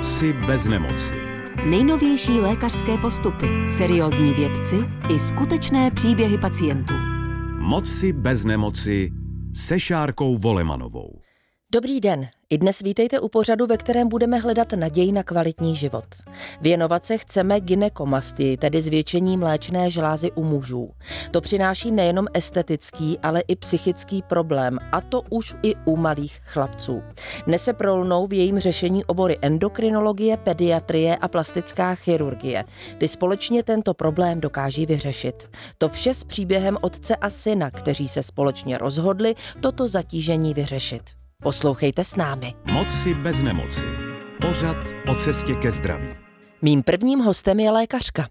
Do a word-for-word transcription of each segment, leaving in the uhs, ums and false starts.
Moci bez nemoci. Nejnovější lékařské postupy, seriózní vědci i skutečné příběhy pacientů. Moci bez nemoci se Šárkou Volemanovou. Dobrý den, i dnes vítejte u pořadu, ve kterém budeme hledat naději na kvalitní život. Věnovat se chceme gynekomastii, tedy zvětšení mléčné žlázy u mužů. To přináší nejenom estetický, ale i psychický problém, a to už i u malých chlapců. Dnes se prolnou v jejím řešení obory endokrinologie, pediatrie a plastická chirurgie. Ty společně tento problém dokáží vyřešit. To vše s příběhem otce a syna, kteří se společně rozhodli toto zatížení vyřešit. Poslouchejte s námi. Moci bez nemoci. Pořad o cestě ke zdraví. Mým prvním hostem je lékařka.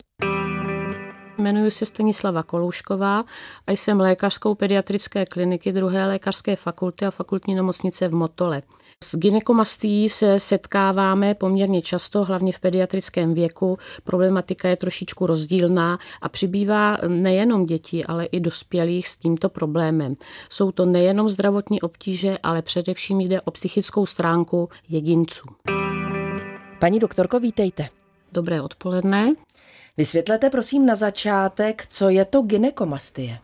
Jmenuji se Stanislava Koloušková a jsem lékařkou pediatrické kliniky druhé lékařské fakulty a fakultní nemocnice v Motole. S gynekomastií se setkáváme poměrně často, hlavně v pediatrickém věku. Problematika je trošičku rozdílná a přibývá nejenom dětí, ale i dospělých s tímto problémem. Jsou to nejenom zdravotní obtíže, ale především jde o psychickou stránku jedinců. Paní doktorko, vítejte. Dobré odpoledne. Vysvětlete prosím na začátek, co je to gynekomastie.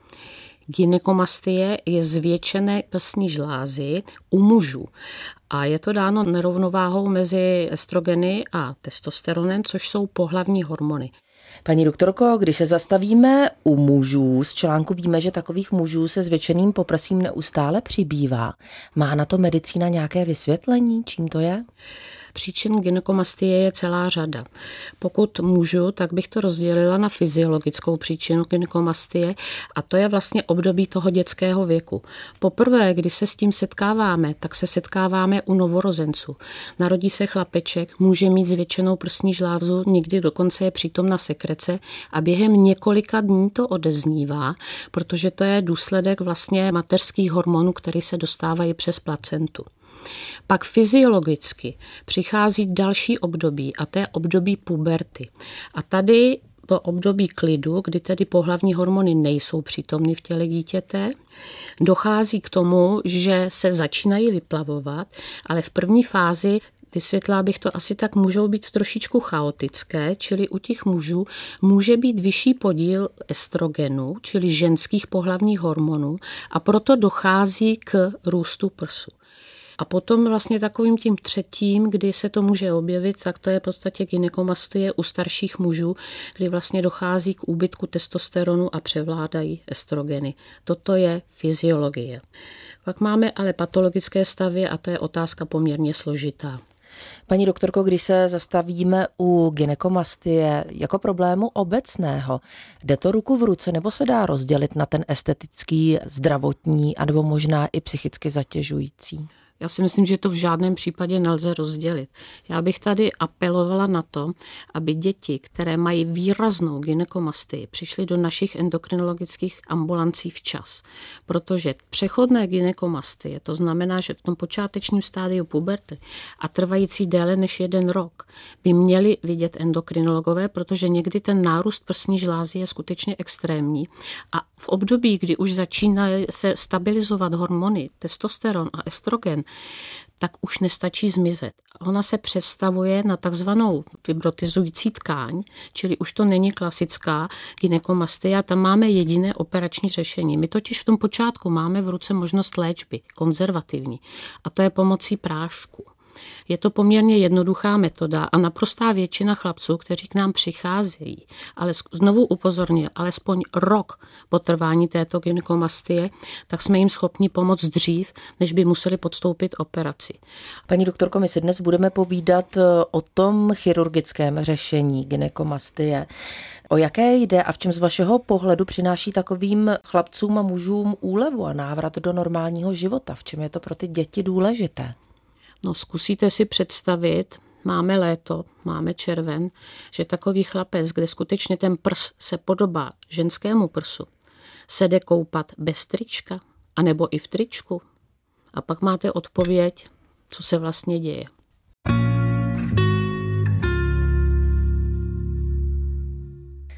Gynekomastie je zvětšené prsní žlázy u mužů a je to dáno nerovnováhou mezi estrogeny a testosteronem, což jsou pohlavní hormony. Paní doktorko, když se zastavíme u mužů, z článku víme, že takových mužů se zvětšeným poprsím neustále přibývá. Má na to medicína nějaké vysvětlení, čím to je? Příčin gynekomastie je celá řada. Pokud můžu, tak bych to rozdělila na fyziologickou příčinu gynekomastie a to je vlastně období toho dětského věku. Poprvé, kdy se s tím setkáváme, tak se setkáváme u novorozenců. Narodí se chlapeček, může mít zvětšenou prsní žlázu, někdy dokonce je přítomna sekrece a během několika dní to odeznívá, protože to je důsledek vlastně mateřských hormonů, které se dostávají přes placentu. Pak fyziologicky přichází další období a to je období puberty. A tady po období klidu, kdy tedy pohlavní hormony nejsou přítomny v těle dítěte, dochází k tomu, že se začínají vyplavovat, ale v první fázi vysvětlila bych to asi tak, můžou být trošičku chaotické, čili u těch mužů může být vyšší podíl estrogenu, čili ženských pohlavních hormonů a proto dochází k růstu prsu. A potom vlastně takovým tím třetím, kdy se to může objevit, tak to je v podstatě gynekomastie u starších mužů, kdy vlastně dochází k úbytku testosteronu a převládají estrogeny. Toto je fyziologie. Pak máme ale patologické stavy a to je otázka poměrně složitá. Paní doktorko, když se zastavíme u gynekomastie jako problému obecného, jde to ruku v ruce nebo se dá rozdělit na ten estetický, zdravotní anebo možná i psychicky zatěžující? Já si myslím, že to v žádném případě nelze rozdělit. Já bych tady apelovala na to, aby děti, které mají výraznou gynekomastii, přišly do našich endokrinologických ambulancí včas. Protože přechodné gynekomastie, to znamená, že v tom počátečním stádiu puberty a trvající déle než jeden rok, by měli vidět endokrinologové, protože někdy ten nárůst prsní žlázy je skutečně extrémní. A v období, kdy už začínají se stabilizovat hormony, testosteron a estrogen, tak už nestačí zmizet. Ona se představuje na takzvanou fibrotizující tkáň, čili už to není klasická gynekomastie a tam máme jediné operační řešení. My totiž v tom počátku máme v ruce možnost léčby, konzervativní, a to je pomocí prášku. Je to poměrně jednoduchá metoda a naprostá většina chlapců, kteří k nám přicházejí, ale znovu upozorňuji, alespoň rok po trvání této gynekomastie, tak jsme jim schopni pomoct dřív, než by museli podstoupit operaci. Paní doktorko, my si dnes budeme povídat o tom chirurgickém řešení gynekomastie. O jaké jde a v čem z vašeho pohledu přináší takovým chlapcům a mužům úlevu a návrat do normálního života? V čem je to pro ty děti důležité? No, zkusíte si představit, máme léto, máme červen, že takový chlapec, kde skutečně ten prs se podobá ženskému prsu, se jde koupat bez trička, anebo i v tričku. A pak máte odpověď, co se vlastně děje.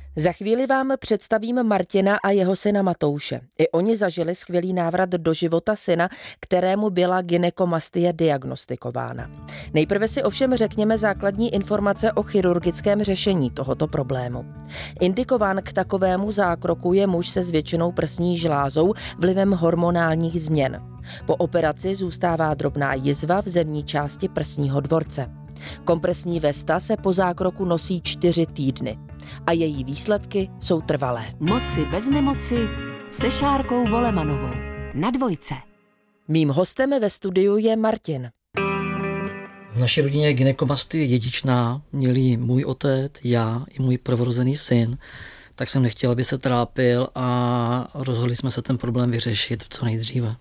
Za chvíli vám představím Martina a jeho syna Matouše. I oni zažili skvělý návrat do života syna, kterému byla gynekomastie diagnostikována. Nejprve si ovšem řekněme základní informace o chirurgickém řešení tohoto problému. Indikován k takovému zákroku je muž se zvětšenou prsní žlázou vlivem hormonálních změn. Po operaci zůstává drobná jizva v zemní části prsního dvorce. Kompresní vesta se po zákroku nosí čtyři týdny a její výsledky jsou trvalé. Moci bez nemoci se Šárkou Volemanovou na Dvojce. Mým hostem ve studiu je Martin. V naší rodině je gynekomastie dědičná, měl ji můj otec, já i můj prvorozený syn, tak jsem nechtěl, aby se trápil a rozhodli jsme se ten problém vyřešit co nejdříve.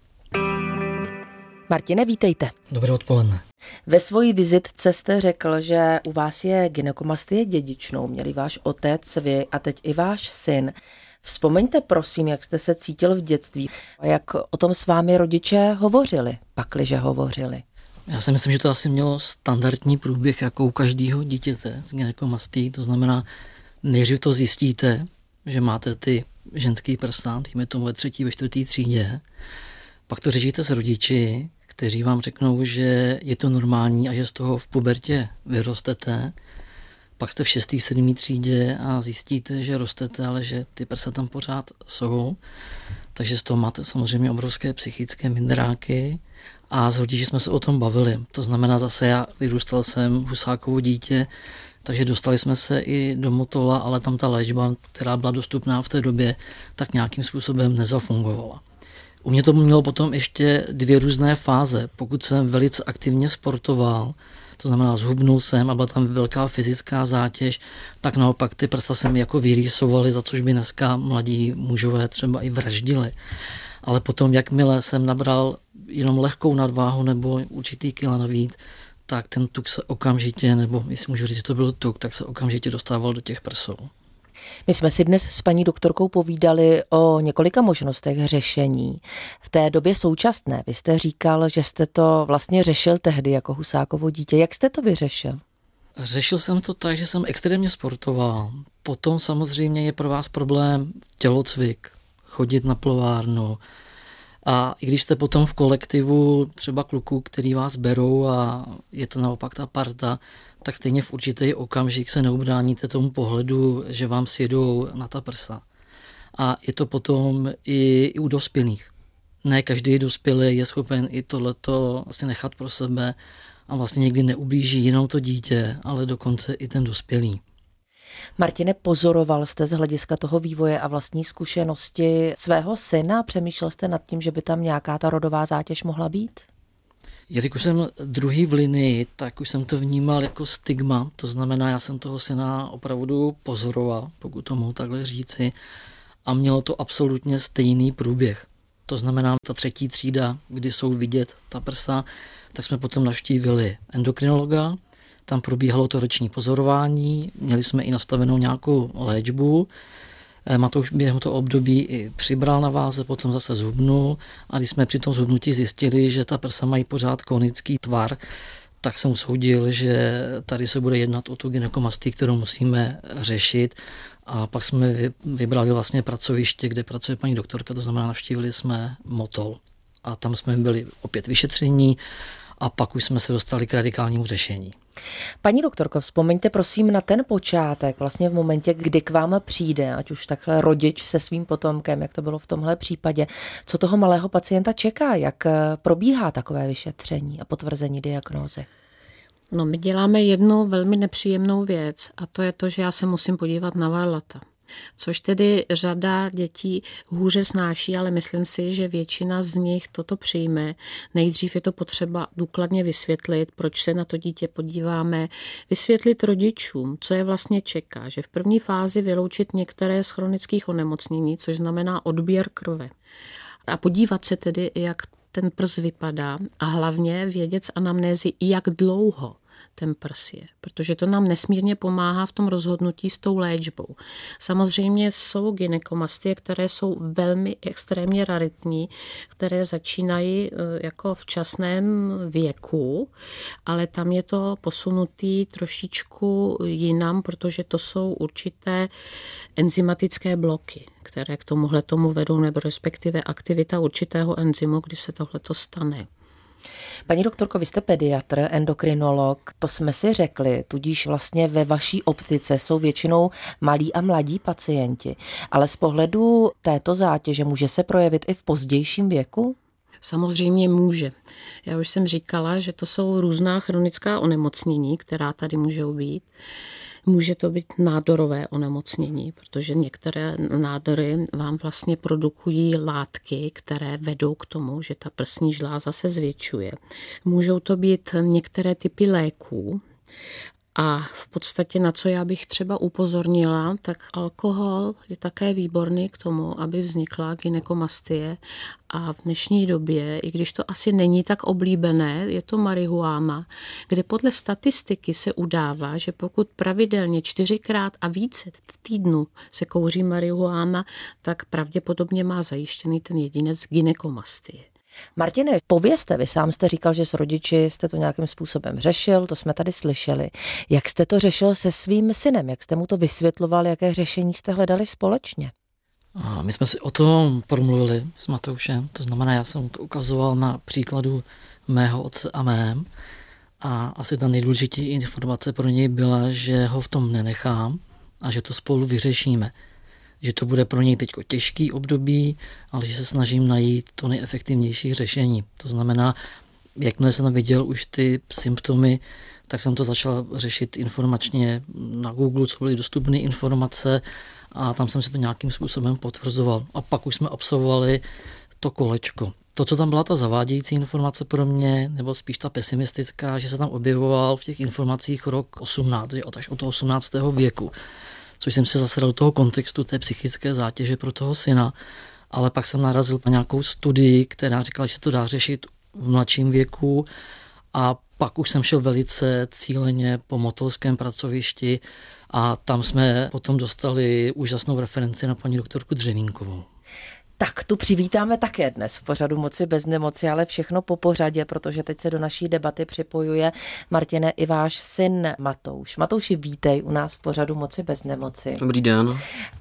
Martine, vítejte. Dobré odpoledne. Ve svojí vizitce jste řekl, že u vás je gynekomastie dědičnou. Měli váš otec, vy a teď i váš syn. Vzpomeňte prosím, jak jste se cítil v dětství, jak o tom s vámi rodiče hovořili, pakliže hovořili. Já si myslím, že to asi mělo standardní průběh jako u každého dítěte s gynekomastií. To znamená, nejdřív to zjistíte, že máte ty ženský prsa, dejme tomu ve třetí, ve čtvrtý třídě. Pak to řešíte s rodiči, kteří vám řeknou, že je to normální a že z toho v pubertě vyrostete. Pak jste v šestý, sedmý třídě a zjistíte, že rostete, ale že ty prsa tam pořád jsou. Takže z toho máte samozřejmě obrovské psychické mindráky a s rodiči jsme se o tom bavili. To znamená, zase já vyrůstal jsem Husákovo dítě, takže dostali jsme se i do Motola, ale tam ta léčba, která byla dostupná v té době, tak nějakým způsobem nezafungovala. U mě to mělo potom ještě dvě různé fáze. Pokud jsem velice aktivně sportoval, to znamená zhubnul jsem a byla tam velká fyzická zátěž, tak naopak ty prsa se mi jako vyrýsovaly, za což by dneska mladí mužové třeba i vraždili. Ale potom, jakmile jsem nabral jenom lehkou nadváhu nebo určitý kila navíc, tak ten tuk se okamžitě, nebo jestli můžu říct, že to byl tuk, tak se okamžitě dostával do těch prsou. My jsme si dnes s paní doktorkou povídali o několika možnostech řešení. V té době současné, vy jste říkal, že jste to vlastně řešil tehdy jako Husákovo dítě. Jak jste to vyřešil? Řešil jsem to tak, že jsem extrémně sportoval. Potom samozřejmě je pro vás problém tělocvik, chodit na plovárnu. A i když jste potom v kolektivu třeba kluků, který vás berou a je to naopak ta parta, tak stejně v určitý okamžik se neubráníte tomu pohledu, že vám sjedou na ta prsa. A je to potom i, i u dospělých. Ne každý dospělý je schopen i tohleto vlastně nechat pro sebe a vlastně někdy neublíží jenom to dítě, ale dokonce i ten dospělý. Martine, pozoroval jste z hlediska toho vývoje a vlastní zkušenosti svého syna? Přemýšlel jste nad tím, že by tam nějaká ta rodová zátěž mohla být? Jelikož jsem druhý v linii, tak už jsem to vnímal jako stigma. To znamená, já jsem toho syna opravdu pozoroval, pokud to mohu takhle říci. A mělo to absolutně stejný průběh. To znamená, ta třetí třída, kdy jsou vidět ta prsa, tak jsme potom navštívili endokrinologa. Tam probíhalo to roční pozorování, měli jsme i nastavenou nějakou léčbu. Matouš během toho období i přibral na váze, potom zase zhubnul a když jsme při tom zhubnutí zjistili, že ta prsa mají pořád konický tvar, tak jsem usoudil, že tady se bude jednat o tu gynekomastii, kterou musíme řešit a pak jsme vybrali vlastně pracoviště, kde pracuje paní doktorka, to znamená navštívili jsme Motol a tam jsme byli opět vyšetření a pak už jsme se dostali k radikálnímu řešení. Paní doktorko, vzpomeňte prosím na ten počátek, vlastně v momentě, kdy k vám přijde, ať už takhle rodič se svým potomkem, jak to bylo v tomhle případě, co toho malého pacienta čeká, jak probíhá takové vyšetření a potvrzení diagnózy? No, my děláme jednu velmi nepříjemnou věc a to je to, že já se musím podívat na varlata. Což tedy řada dětí hůře snáší, ale myslím si, že většina z nich toto přijme. Nejdřív je to potřeba důkladně vysvětlit, proč se na to dítě podíváme, vysvětlit rodičům, co je vlastně čeká, že v první fázi vyloučit některé z chronických onemocnění, což znamená odběr krve. A podívat se tedy, jak ten prst vypadá a hlavně vědět z anamnézy, jak dlouho ten prs je, protože to nám nesmírně pomáhá v tom rozhodnutí s tou léčbou. Samozřejmě jsou gynekomastie, které jsou velmi extrémně raritní, které začínají jako v časném věku, ale tam je to posunutý trošičku jinam, protože to jsou určité enzymatické bloky, které k tomuhle tomu vedou, nebo respektive aktivita určitého enzymu, kdy se tohleto stane. Paní doktorko, vy jste pediatr, endokrinolog, to jsme si řekli, tudíž vlastně ve vaší optice jsou většinou malí a mladí pacienti, ale z pohledu této zátěže může se projevit i v pozdějším věku? Samozřejmě může. Já už jsem říkala, že to jsou různá chronická onemocnění, která tady můžou být. Může to být nádorové onemocnění, protože některé nádory vám vlastně produkují látky, které vedou k tomu, že ta prsní žláza se zvětšuje. Můžou to být některé typy léků. A v podstatě na co já bych třeba upozornila, tak alkohol je také výborný k tomu, aby vznikla gynekomastie. A v dnešní době, i když to asi není tak oblíbené, je to marihuána, kde podle statistiky se udává, že pokud pravidelně čtyřikrát a více v týdnu se kouří marihuána, tak pravděpodobně má zajištěný ten jedinec gynekomastie. Martine, povězte, vy sám jste říkal, že s rodiči jste to nějakým způsobem řešil, to jsme tady slyšeli. Jak jste to řešil se svým synem? Jak jste mu to vysvětloval, jaké řešení jste hledali společně? A my jsme si o tom promluvili s Matoušem, to znamená, já jsem mu to ukazoval na příkladu mého otce a mém a asi ta nejdůležitější informace pro něj byla, že ho v tom nenechám a že to spolu vyřešíme. Že to bude pro něj teď těžký období, ale že se snažím najít to nejefektivnější řešení. To znamená, jakmile jsem viděl už ty symptomy, tak jsem to začal řešit informačně na Google, co byly dostupné informace a tam jsem si to nějakým způsobem potvrzoval. A pak už jsme absolvovali to kolečko. To, co tam byla ta zavádějící informace pro mě, nebo spíš ta pesimistická, že se tam objevoval v těch informacích rok osmnáct, že až od toho osmnáctého věku. Což jsem se zase dal do toho kontextu té psychické zátěže pro toho syna, ale pak jsem narazil na nějakou studii, která říkala, že se to dá řešit v mladším věku a pak už jsem šel velice cíleně po motolském pracovišti a tam jsme potom dostali úžasnou referenci na paní doktorku Dřevínkovou. Tak tu přivítáme také dnes v pořadu Moci bez nemoci, ale všechno po pořadě, protože teď se do naší debaty připojuje, Martine, i váš syn Matouš. Matouši, vítej u nás v pořadu Moci bez nemoci. Dobrý den.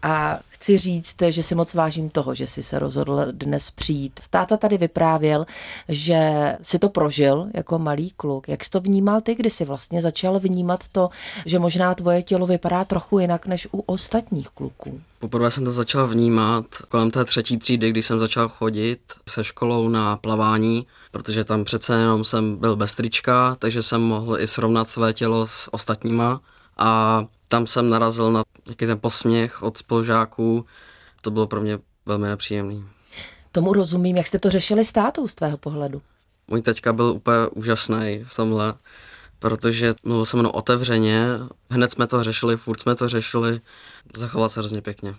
A chci říct, že si moc vážím toho, že jsi se rozhodl dnes přijít. Táta tady vyprávěl, že si to prožil jako malý kluk. Jak jsi to vnímal ty, kdy jsi vlastně začal vnímat to, že možná tvoje tělo vypadá trochu jinak než u ostatních kluků? Poprvé jsem to začal vnímat kolem té třetí třídy, když jsem začal chodit se školou na plavání, protože tam přece jenom jsem byl bez trička, takže jsem mohl i srovnat své tělo s ostatníma a tam jsem narazil na nějaký ten posměch od spolužáků. To bylo pro mě velmi nepříjemný. Tomu rozumím. Jak jste to řešili s tátou z tvého pohledu? Můj teďka byl úplně úžasný v tomhle, protože mluvil se mnou otevřeně, hned jsme to řešili, furt jsme to řešili, zachoval se hrozně pěkně.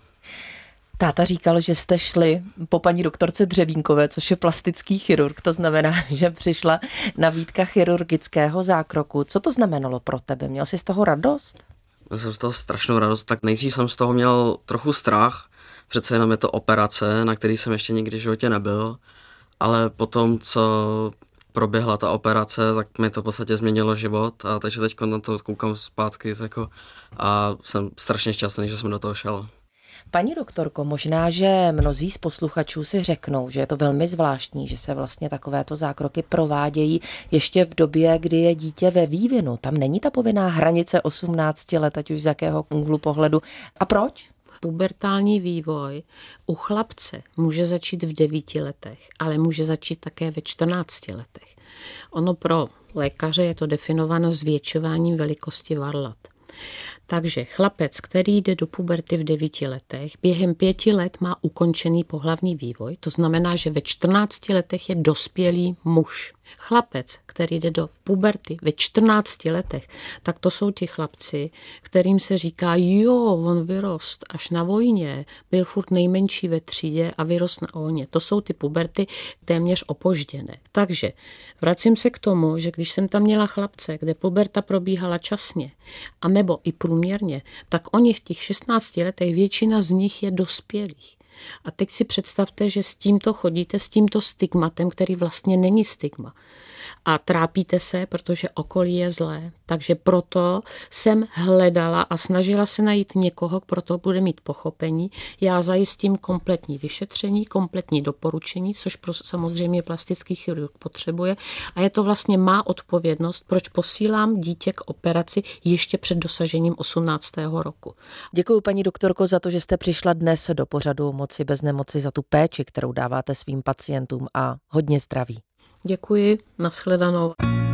Táta říkal, že jste šli po paní doktorce Dřevínkové, což je plastický chirurg, to znamená, že přišla nabídka chirurgického zákroku. Co to znamenalo pro tebe? Měl jsi z toho radost? Měl jsem z toho strašnou radost, tak nejdřív jsem z toho měl trochu strach, přece jenom je to operace, na který jsem ještě nikdy v životě nebyl, ale potom, co proběhla ta operace, tak mi to v podstatě změnilo život a takže teď na to koukám zpátky jako, a jsem strašně šťastný, že jsem do toho šel. Paní doktorko, možná, že mnozí z posluchačů si řeknou, že je to velmi zvláštní, že se vlastně takovéto zákroky provádějí ještě v době, kdy je dítě ve vývinu. Tam není ta povinná hranice osmnácti let, ať už z jakého úhlu pohledu. A proč? Pubertální vývoj u chlapce může začít v devíti letech, ale může začít také ve čtrnácti letech. Ono pro lékaře je to definováno zvětšováním velikosti varlat. Takže chlapec, který jde do puberty v devíti letech, během pěti let má ukončený pohlavní vývoj, to znamená, že ve čtrnácti letech je dospělý muž. Chlapec, který jde do puberty ve čtrnácti letech, tak to jsou ti chlapci, kterým se říká, jo, on vyrost až na vojně, byl furt nejmenší ve třídě a vyrost na vojně. To jsou ty puberty téměř opožděné. Takže vracím se k tomu, že když jsem tam měla chlapce, kde puberta probíhala časně, a nebo i průměrně, tak oni v těch šestnácti letech, většina z nich je dospělých. A teď si představte, že s tímto chodíte, s tímto stigmatem, který vlastně není stigma. A trápíte se, protože okolí je zlé. Takže proto jsem hledala a snažila se najít někoho, pro to bude mít pochopení. Já zajistím kompletní vyšetření, kompletní doporučení, což pro samozřejmě plastický chirurg potřebuje. A je to vlastně má odpovědnost, proč posílám dítě k operaci ještě před dosažením osmnáctého roku. Děkuji, paní doktorko, za to, že jste přišla dnes do pořadu Moci bez nemoci, za tu péči, kterou dáváte svým pacientům, a hodně zdraví. Děkuji, nashledanou.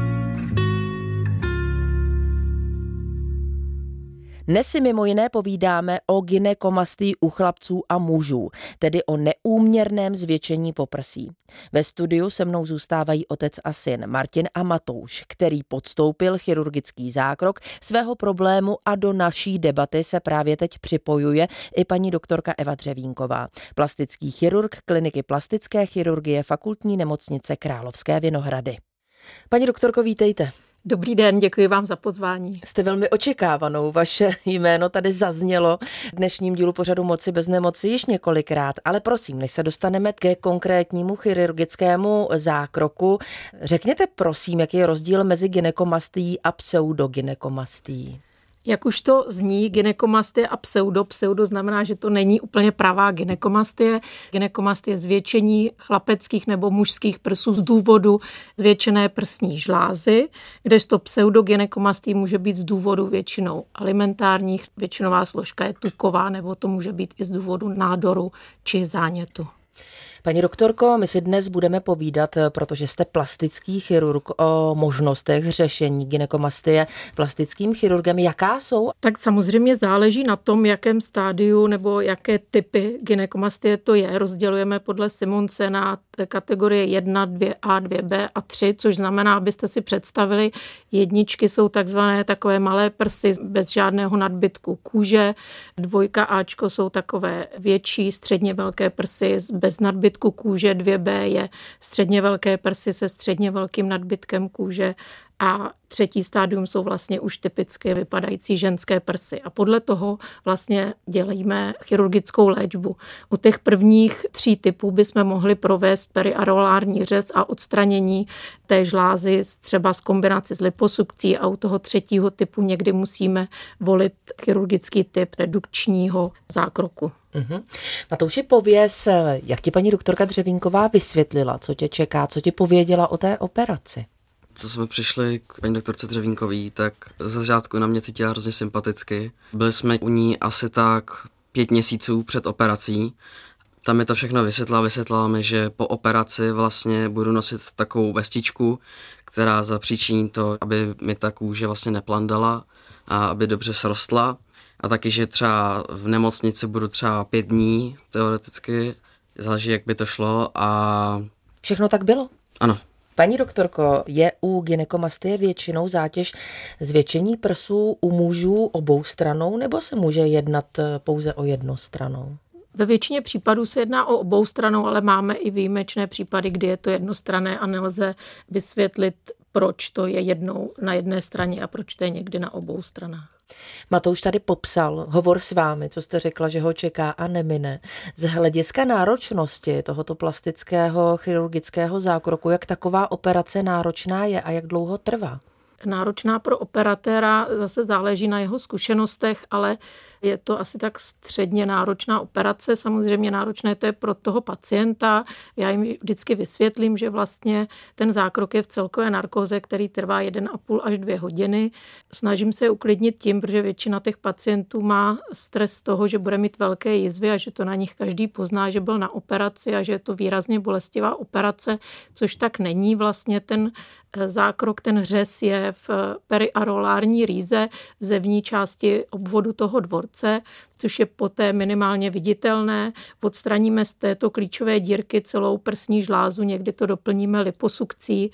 Dnes si mimo jiné povídáme o gynekomastii u chlapců a mužů, tedy o neúměrném zvětšení poprsí. Ve studiu se mnou zůstávají otec a syn Martin a Matouš, který podstoupil chirurgický zákrok svého problému, a do naší debaty se právě teď připojuje i paní doktorka Eva Dřevínková, plastický chirurg kliniky plastické chirurgie Fakultní nemocnice Královské Vinohrady. Paní doktorko, vítejte. Dobrý den, děkuji vám za pozvání. Jste velmi očekávanou, vaše jméno tady zaznělo v dnešním dílu pořadu Moci bez nemoci již několikrát, ale prosím, než se dostaneme ke konkrétnímu chirurgickému zákroku, řekněte prosím, jaký je rozdíl mezi gynekomastií a pseudogynekomastií. Jak už to zní, gynekomastie a pseudo. Pseudo znamená, že to není úplně pravá gynekomastie. Gynekomastie je zvětšení chlapeckých nebo mužských prsů z důvodu zvětšené prsní žlázy, kdežto pseudogynekomastie může být z důvodu většinou alimentárních, většinová složka je tuková, nebo to může být i z důvodu nádoru či zánětu. Paní doktorko, my si dnes budeme povídat, protože jste plastický chirurg, o možnostech řešení gynekomastie plastickým chirurgem. Jaká jsou? Tak samozřejmě záleží na tom, jakém stádiu nebo jaké typy gynekomastie to je. Rozdělujeme podle Simonce na kategorie jedna, dva A, dva B a tři, což znamená, abyste si představili, jedničky jsou takzvané takové malé prsy bez žádného nadbytku kůže, dvojka Ačko jsou takové větší, středně velké prsy bez nadbytku kůže, dvě bé je středně velké prsy se středně velkým nadbytkem kůže a třetí stádium jsou vlastně už typicky vypadající ženské prsy. A podle toho vlastně dělíme chirurgickou léčbu. U těch prvních tří typů bychom mohli provést periarolární řez a odstranění té žlázy třeba s kombinací s liposukcí, a u toho třetího typu někdy musíme volit chirurgický typ redukčního zákroku. Uhum. Matouši, pověz, jak ti paní doktorka Dřevínková vysvětlila, co tě čeká, co ti pověděla o té operaci? Co jsme přišli k paní doktorce Dřevínkový, tak ze začátku na mě cítila hrozně sympaticky. Byli jsme u ní asi tak pět měsíců před operací. Tam mi to všechno vysvětlila, vysvětlila mi, že po operaci vlastně budu nosit takovou vestičku, která zapříčiní to, aby mi ta kůže vlastně neplandala a aby dobře srostla. A taky, že třeba v nemocnici budu třeba pět dní, teoreticky, záleží, jak by to šlo. A všechno tak bylo? Ano. Paní doktorko, je u gynekomastie většinou zátěž zvětšení prsů u mužů obou stranou, nebo se může jednat pouze o jednostranou? Ve většině případů se jedná o obou stranou, ale máme i výjimečné případy, kdy je to jednostranné a nelze vysvětlit, proč to je jednou na jedné straně a proč to je někdy na obou stranách. Matouš tady popsal hovor s vámi, co jste řekla, že ho čeká a nemine. Z hlediska náročnosti tohoto plastického chirurgického zákroku, jak taková operace náročná je a jak dlouho trvá? Náročná pro operatéra zase záleží na jeho zkušenostech, ale je to asi tak středně náročná operace. Samozřejmě náročné to je pro toho pacienta. Já jim vždycky vysvětlím, že vlastně ten zákrok je v celkové narkóze, který trvá jedna a půl až dvě hodiny. Snažím se je uklidnit tím, protože většina těch pacientů má stres z toho, že bude mít velké jizvy a že to na nich každý pozná, že byl na operaci a že je to výrazně bolestivá operace, což tak není. Vlastně ten zákrok, ten řez je v periarolární rýze v zevní části obvodu toho dvorce, což je poté minimálně viditelné. Odstraníme z této klíčové dírky celou prsní žlázu, někdy to doplníme liposukcí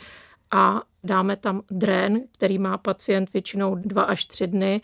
a dáme tam drén, který má pacient většinou dva až tři dny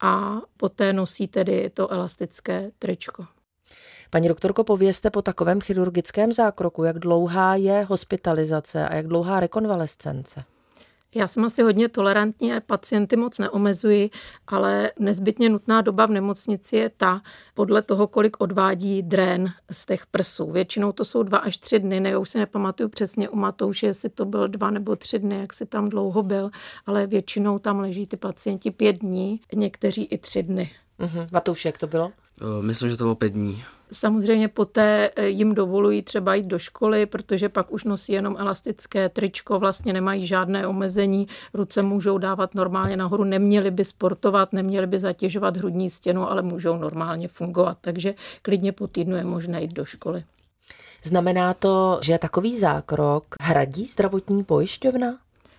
a poté nosí tedy to elastické tričko. Paní doktorko, povězte po takovém chirurgickém zákroku, jak dlouhá je hospitalizace a jak dlouhá rekonvalescence? Já jsem asi hodně tolerantní a pacienty moc neomezuji, ale nezbytně nutná doba v nemocnici je ta, podle toho, kolik odvádí drén z těch prsů. Většinou to jsou dva až tři dny, ne, já už si nepamatuju přesně u Matouše, jestli to byl dva nebo tři dny, jak si tam dlouho byl, ale většinou tam leží ty pacienti pět dní, někteří i tři dny. Mhm. Matouš, jak to bylo? Myslím, že to bylo pět dní. Samozřejmě poté jim dovolují třeba jít do školy, protože pak už nosí jenom elastické tričko, vlastně nemají žádné omezení, ruce můžou dávat normálně nahoru, neměli by sportovat, neměli by zatěžovat hrudní stěnu, ale můžou normálně fungovat, takže klidně po týdnu je možné jít do školy. Znamená to, že takový zákrok hradí zdravotní pojišťovna?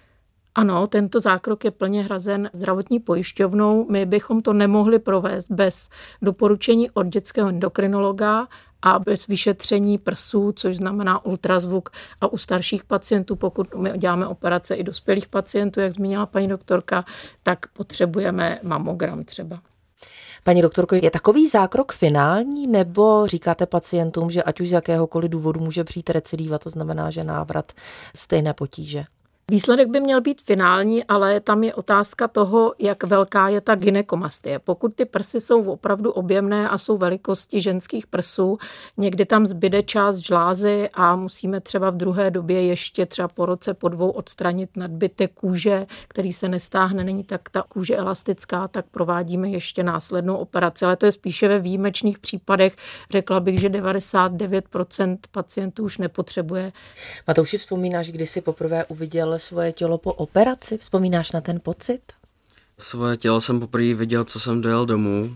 Ano, tento zákrok je plně hrazen zdravotní pojišťovnou. My bychom to nemohli provést bez doporučení od dětského endokrinologa a bez vyšetření prsů, což znamená ultrazvuk. A u starších pacientů, pokud my děláme operace i dospělých pacientů, jak zmínila paní doktorka, tak potřebujeme mamogram třeba. Paní doktorko, je takový zákrok finální, nebo říkáte pacientům, že ať už z jakéhokoliv důvodu může přijít recidiva, to znamená, že návrat stejné potíže? Výsledek by měl být finální, ale tam je otázka toho, jak velká je ta gynekomastie. Pokud ty prsy jsou opravdu objemné a jsou velikosti ženských prsů, někdy tam zbyde část žlázy a musíme třeba v druhé době ještě třeba po roce, po dvou odstranit nadbytek kůže, který se nestáhne, není tak ta kůže elastická, tak provádíme ještě následnou operaci. Ale to je spíše ve výjimečných případech. Řekla bych, že devadesát devět procent pacientů už nepotřebuje. Matouši, vzpomínáš, kdy jsi poprvé uviděl svoje tělo po operaci? Vzpomínáš na ten pocit? Svoje tělo jsem poprvé viděl, co jsem dojel domů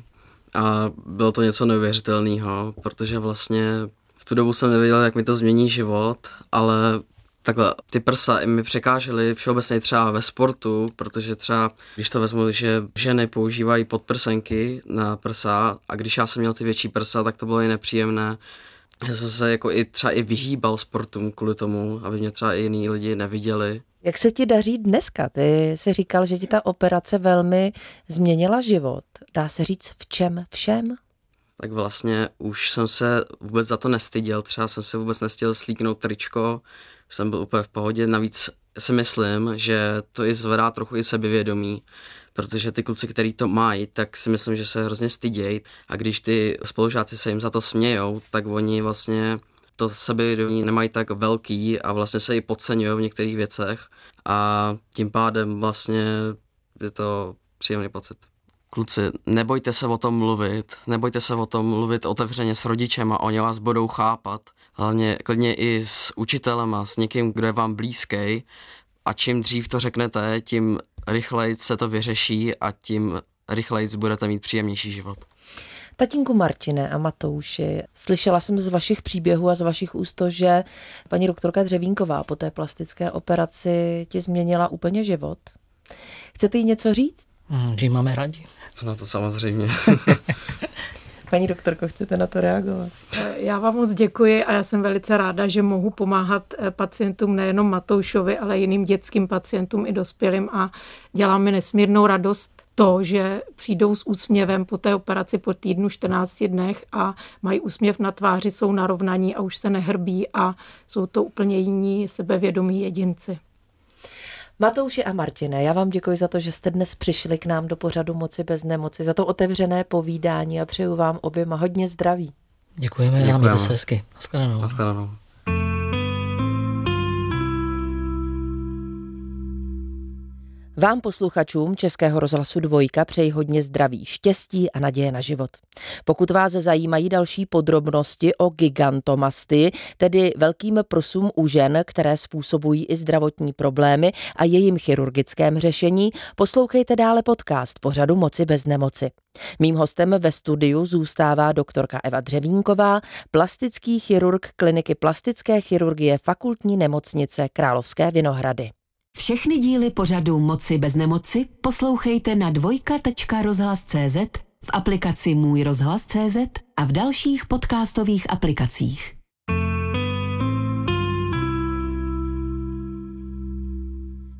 a bylo to něco neuvěřitelného, protože vlastně v tu dobu jsem nevěděl, jak mi to změní život, ale takhle ty prsa i mi překážely všeobecně třeba ve sportu, protože třeba, když to vezmu, že ženy používají podprsenky na prsa a když já jsem měl ty větší prsa, tak to bylo i nepříjemné. Já jsem se jako i třeba i vyhýbal sportům kvůli tomu, aby mě třeba i jiní lidi neviděli. Jak se ti daří dneska? Ty jsi říkal, že ti ta operace velmi změnila život. Dá se říct v čem všem? Tak vlastně už jsem se vůbec za to nestyděl. Třeba jsem se vůbec nestěl slíknout tričko, jsem byl úplně v pohodě. Navíc si myslím, že to i zvedá trochu i sebevědomí, protože ty kluci, kteří to mají, tak si myslím, že se hrozně stydějí. A když ty spolužáci se jim za to smějou, tak oni vlastně to sebevědomí nemají tak velký a vlastně se i podceňují v některých věcech a tím pádem vlastně je to příjemný pocit. Kluci, nebojte se o tom mluvit, nebojte se o tom mluvit otevřeně s rodičem a oni vás budou chápat. Hlavně klidně i s učitelem a s někým, kdo je vám blízký a čím dřív to řeknete, tím rychleji se to vyřeší a tím rychleji budete mít příjemnější život. Tatínku Martine a Matouši, slyšela jsem z vašich příběhů a z vašich úst to, že paní doktorka Dřevínková po té plastické operaci ti změnila úplně život. Chcete jí něco říct? Hmm, že máme rádi. No to samozřejmě. Paní doktorko, chcete na to reagovat? Já vám moc děkuji a já jsem velice ráda, že mohu pomáhat pacientům, nejenom Matoušovi, ale jiným dětským pacientům i dospělým a dělá mi nesmírnou radost to, že přijdou s úsměvem po té operaci po týdnu čtrnácti dnech a mají úsměv na tváři, jsou narovnaní a už se nehrbí a jsou to úplně jiní sebevědomí jedinci. Matouši a Martine, já vám děkuji za to, že jste dnes přišli k nám do pořadu Moci bez nemoci, za to otevřené povídání a přeju vám oběma hodně zdraví. Děkujeme, Děkujeme. Mějte se hezky. Naschledanou. Naschledanou. Vám posluchačům Českého rozhlasu Dvojka přeji hodně zdraví, štěstí a naděje na život. Pokud vás zajímají další podrobnosti o gigantomastii, tedy velkým prsům u žen, které způsobují i zdravotní problémy a jejím chirurgickém řešení, poslouchejte dále podcast pořadu Moci bez nemoci. Mým hostem ve studiu zůstává doktorka Eva Dřevínková, plastický chirurg kliniky plastické chirurgie Fakultní nemocnice Královské Vinohrady. Všechny díly pořadu Moci bez nemoci poslouchejte na dvojka tečka rozhlas tečka cé zet, v aplikaci Můj rozhlas tečka cé zet a v dalších podcastových aplikacích.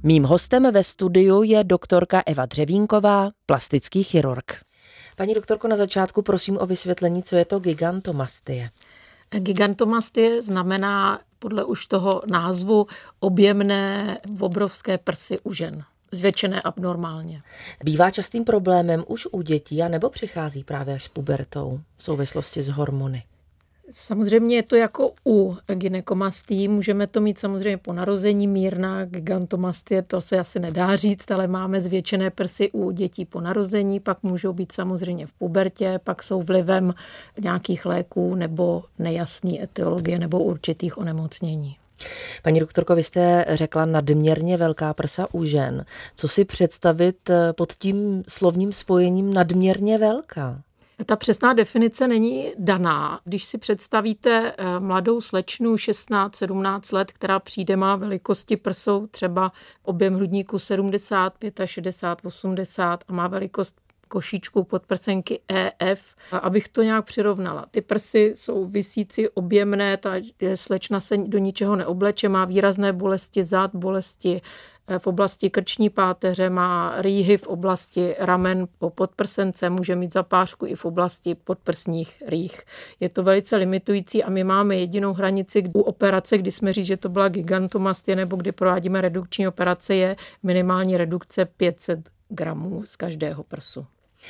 Mým hostem ve studiu je doktorka Eva Dřevínková, plastický chirurg. Paní doktorko, na začátku prosím o vysvětlení, co je to gigantomastie. Gigantomastie znamená podle už toho názvu objemné obrovské prsy u žen, zvětšené abnormálně. Bývá častým problémem už u dětí, anebo přichází právě až s pubertou v souvislosti s hormony? Samozřejmě je to jako u gynekomastí, můžeme to mít samozřejmě po narození, mírná gigantomastie, to se asi nedá říct, ale máme zvětšené prsy u dětí po narození, pak můžou být samozřejmě v pubertě, pak jsou vlivem nějakých léků nebo nejasné etiologie nebo určitých onemocnění. Paní doktorko, vy jste řekla nadměrně velká prsa u žen. Co si představit pod tím slovním spojením nadměrně velká? Ta přesná definice není daná. Když si představíte mladou slečnu šestnáct sedmnáct let, která přijde, má velikosti prsou třeba objem hrudníku sedmdesát, šedesát pět, osmdesát a má velikost košíčku podprsenky E F, a abych to nějak přirovnala. Ty prsy jsou visící, objemné, ta slečna se do ničeho neobleče, má výrazné bolesti zad, bolesti v oblasti krční páteře, má rýhy v oblasti ramen po podprsence, může mít zapářku i v oblasti podprsních rýh. Je to velice limitující a my máme jedinou hranici u operace, kdy jsme říct, že to byla gigantomastie nebo kdy provádíme redukční operace, je minimální redukce pět set gramů z každého prsu.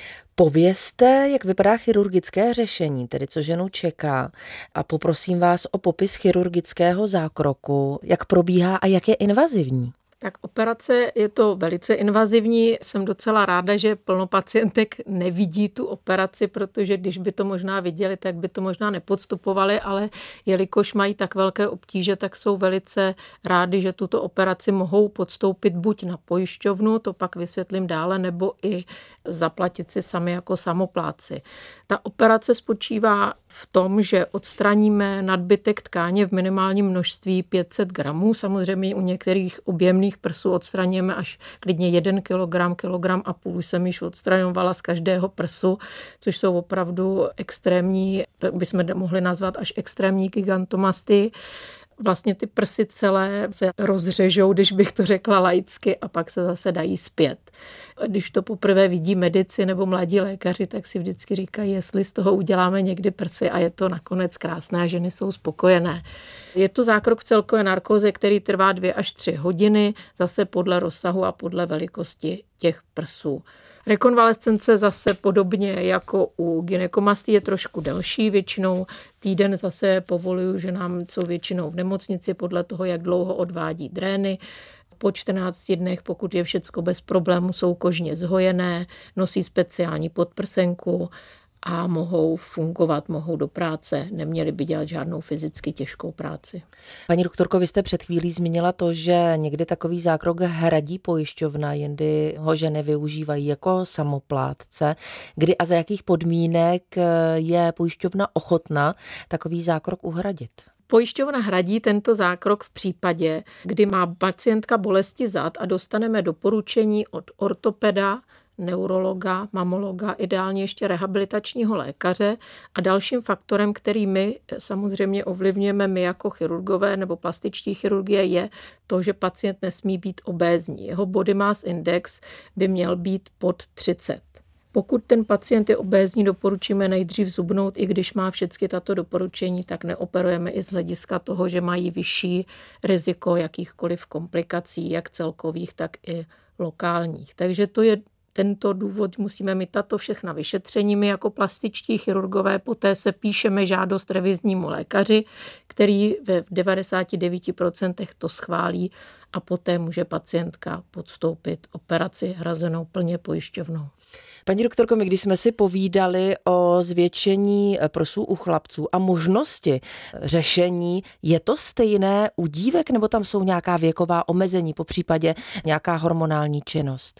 Povězte, jak vypadá chirurgické řešení, tedy co ženu čeká, a poprosím vás o popis chirurgického zákroku, jak probíhá a jak je invazivní. Tak operace je to velice invazivní. Jsem docela ráda, že plno pacientek nevidí tu operaci, protože když by to možná viděli, tak by to možná nepodstupovali, ale jelikož mají tak velké obtíže, tak jsou velice rádi, že tuto operaci mohou podstoupit buď na pojišťovnu, to pak vysvětlím dále, nebo i zaplatit si sami jako samopláci. Ta operace spočívá v tom, že odstraníme nadbytek tkáně v minimálním množství pět set gramů. Samozřejmě u některých objemných prsů odstraňujeme až klidně jeden kilogram, kilogram a půl jsem již odstraňovala z každého prsu, což jsou opravdu extrémní, to bychom mohli nazvat až extrémní gigantomastii. Vlastně ty prsy celé se rozřežou, když bych to řekla laicky, a pak se zase dají zpět. Když to poprvé vidí medici nebo mladí lékaři, tak si vždycky říkají, jestli z toho uděláme někdy prsy, a je to nakonec krásné a ženy jsou spokojené. Je to zákrok v celkové narkóze, který trvá dvě až tři hodiny, zase podle rozsahu a podle velikosti těch prsů. Rekonvalescence zase podobně jako u gynekomastie je trošku delší, většinou týden zase povoluju ženám, jsou většinou v nemocnici podle toho, jak dlouho odvádí drény. Po čtrnácti dnech, pokud je všecko bez problému, jsou kožně zhojené, nosí speciální podprsenku a mohou fungovat, mohou do práce, neměli by dělat žádnou fyzicky těžkou práci. Paní doktorko, vy jste před chvílí zmínila to, že někdy takový zákrok hradí pojišťovna, jindy ho ženy využívají jako samoplátce. Kdy a za jakých podmínek je pojišťovna ochotna takový zákrok uhradit? Pojišťovna hradí tento zákrok v případě, kdy má pacientka bolesti zad a dostaneme doporučení od ortopeda, neurologa, mamologa, ideálně ještě rehabilitačního lékaře, a dalším faktorem, který my samozřejmě ovlivňujeme my jako chirurgové nebo plastičtí chirurgie, je to, že pacient nesmí být obézní. Jeho body mass index by měl být pod třicet. Pokud ten pacient je obézní, doporučíme nejdřív zubnout, i když má všechny tato doporučení, tak neoperujeme i z hlediska toho, že mají vyšší riziko jakýchkoliv komplikací, jak celkových, tak i lokálních. Takže to je tento důvod, musíme mít tato všechna vyšetření. My jako plastičtí chirurgové poté se píšeme žádost reviznímu lékaři, který ve devadesát devět procent to schválí, a poté může pacientka podstoupit operaci hrazenou plně pojišťovnou. Paní doktorko, my když jsme si povídali o zvětšení prsů u chlapců a možnosti řešení, je to stejné u dívek, nebo tam jsou nějaká věková omezení, popřípadě nějaká hormonální činnost?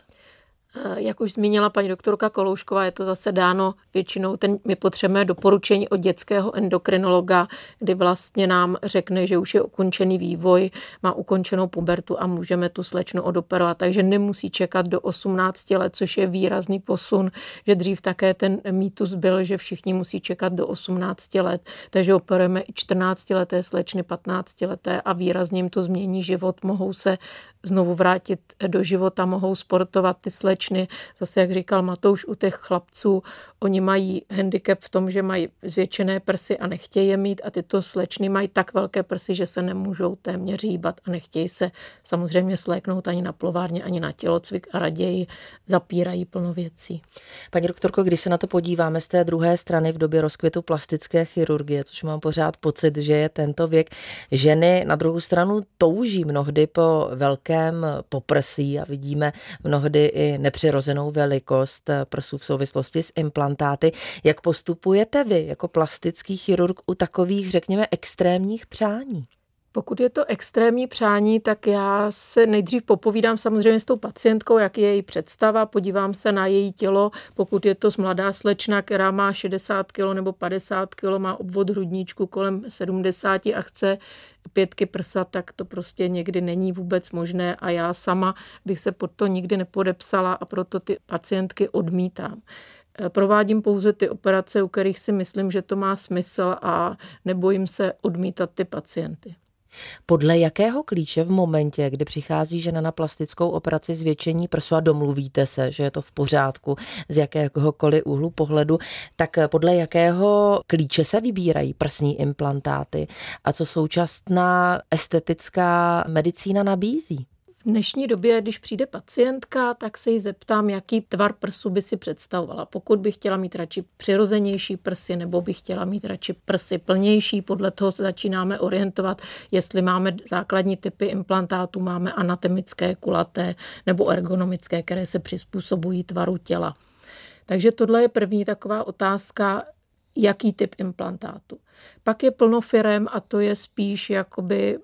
Jak už zmínila paní doktorka Koloušková, je to zase dáno většinou, ten, my potřebujeme doporučení od dětského endokrinologa, kdy vlastně nám řekne, že už je ukončený vývoj, má ukončenou pubertu a můžeme tu slečnu odoperovat. Takže nemusí čekat do osmnácti let, což je výrazný posun, že dřív také ten mýtus byl, že všichni musí čekat do osmnácti let. Takže operujeme i čtrnáctileté slečny, patnáctileté a výrazně jim to změní život, mohou se znovu vrátit do života, mohou sportovat ty slečny. Zase, jak říkal Matouš, u těch chlapců, oni mají handicap v tom, že mají zvětšené prsy a nechtějí je mít a tyto slečny mají tak velké prsy, že se nemůžou téměř hýbat a nechtějí se samozřejmě sléknout ani na plovárně, ani na tělocvik a raději zapírají plno věcí. Paní doktorko, když se na to podíváme z té druhé strany v době rozkvětu plastické chirurgie, což mám pořád pocit, že je tento věk, ženy na druhou stranu touží mnohdy po velkém poprsí a vidíme mnohdy i nepřirozenou velikost prsů v souvislosti s implantáty. Jak postupujete vy jako plastický chirurg u takových, řekněme, extrémních přání? Pokud je to extrémní přání, tak já se nejdřív popovídám samozřejmě s tou pacientkou, jak je její představa, podívám se na její tělo. Pokud je to mladá slečna, která má šedesát kilo nebo padesát kilo, má obvod hrudníčku kolem sedmdesát a chce pětky prsa, tak to prostě někdy není vůbec možné a já sama bych se pod to nikdy nepodepsala a proto ty pacientky odmítám. Provádím pouze ty operace, u kterých si myslím, že to má smysl a nebojím se odmítat ty pacienty. Podle jakého klíče v momentě, kdy přichází žena na plastickou operaci zvětšení prsu a domluvíte se, že je to v pořádku z jakéhokoliv úhlu pohledu, tak podle jakého klíče se vybírají prsní implantáty a co současná estetická medicína nabízí? V dnešní době, když přijde pacientka, tak se jí zeptám, jaký tvar prsu by si představovala. Pokud by chtěla mít radši přirozenější prsy, nebo by chtěla mít radši prsy plnější, podle toho se začínáme orientovat, jestli máme základní typy implantátů, máme anatomické, kulaté nebo ergonomické, které se přizpůsobují tvaru těla. Takže tohle je první taková otázka, jaký typ implantátu. Pak je plno firem a to je spíš jakoby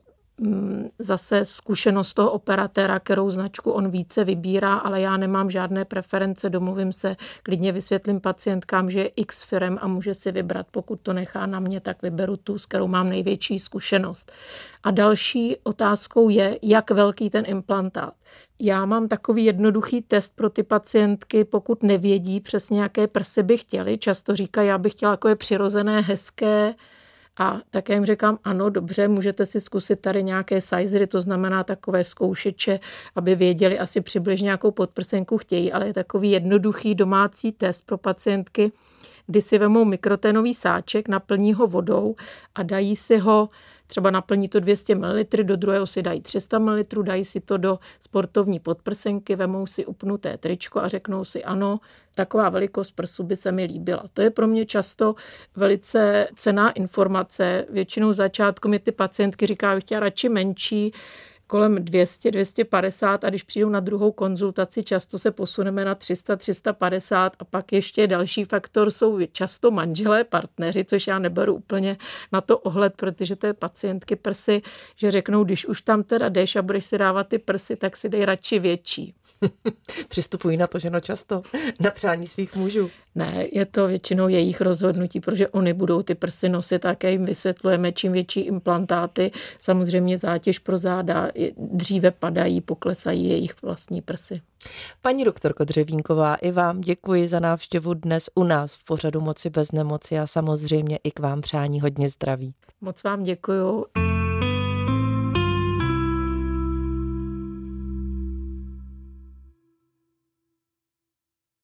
zase zkušenost toho operatéra, kterou značku on více vybírá, ale já nemám žádné preference, domluvím se, klidně vysvětlím pacientkám, že je x firem a může si vybrat. Pokud to nechá na mě, tak vyberu tu, s kterou mám největší zkušenost. A další otázkou je, jak velký ten implantát. Já mám takový jednoduchý test pro ty pacientky, pokud nevědí přesně, jaké prsy by chtěli. Často říkají, já bych chtěla takové přirozené, hezké. A tak já jim říkám, ano, dobře, můžete si zkusit tady nějaké sizery, to znamená takové zkoušeče, aby věděli asi přibližně, jakou podprsenku chtějí, ale je takový jednoduchý domácí test pro pacientky, kdy si vemou mikroténový sáček, naplní ho vodou a dají si ho, třeba naplní to dvě stě mililitrů, do druhého si dají tři sta mililitrů, dají si to do sportovní podprsenky, vemou si upnuté tričko a řeknou si ano, taková velikost prsu by se mi líbila. To je pro mě často velice cenná informace. Většinou začátku mi ty pacientky říkají, že chtěla radši menší, kolem dvě stě, dvě stě padesát a když přijdou na druhou konzultaci, často se posuneme na tři sta, tři sta padesát a pak ještě další faktor jsou často manželé, partneři, což já neberu úplně na to ohled, protože to je pacientky prsy, že řeknou, když už tam teda jdeš a budeš si dávat ty prsy, tak si dej radši větší. Přistupují na to ženo často, na přání svých mužů. Ne, je to většinou jejich rozhodnutí, protože oni budou ty prsy nosit, také jim vysvětlujeme, čím větší implantáty, samozřejmě zátěž pro záda, dříve padají, poklesají jejich vlastní prsy. Paní doktorko Dřevínková, i vám děkuji za návštěvu dnes u nás v pořadu Moci bez nemoci a samozřejmě i k vám přání hodně zdraví. Moc vám děkuju.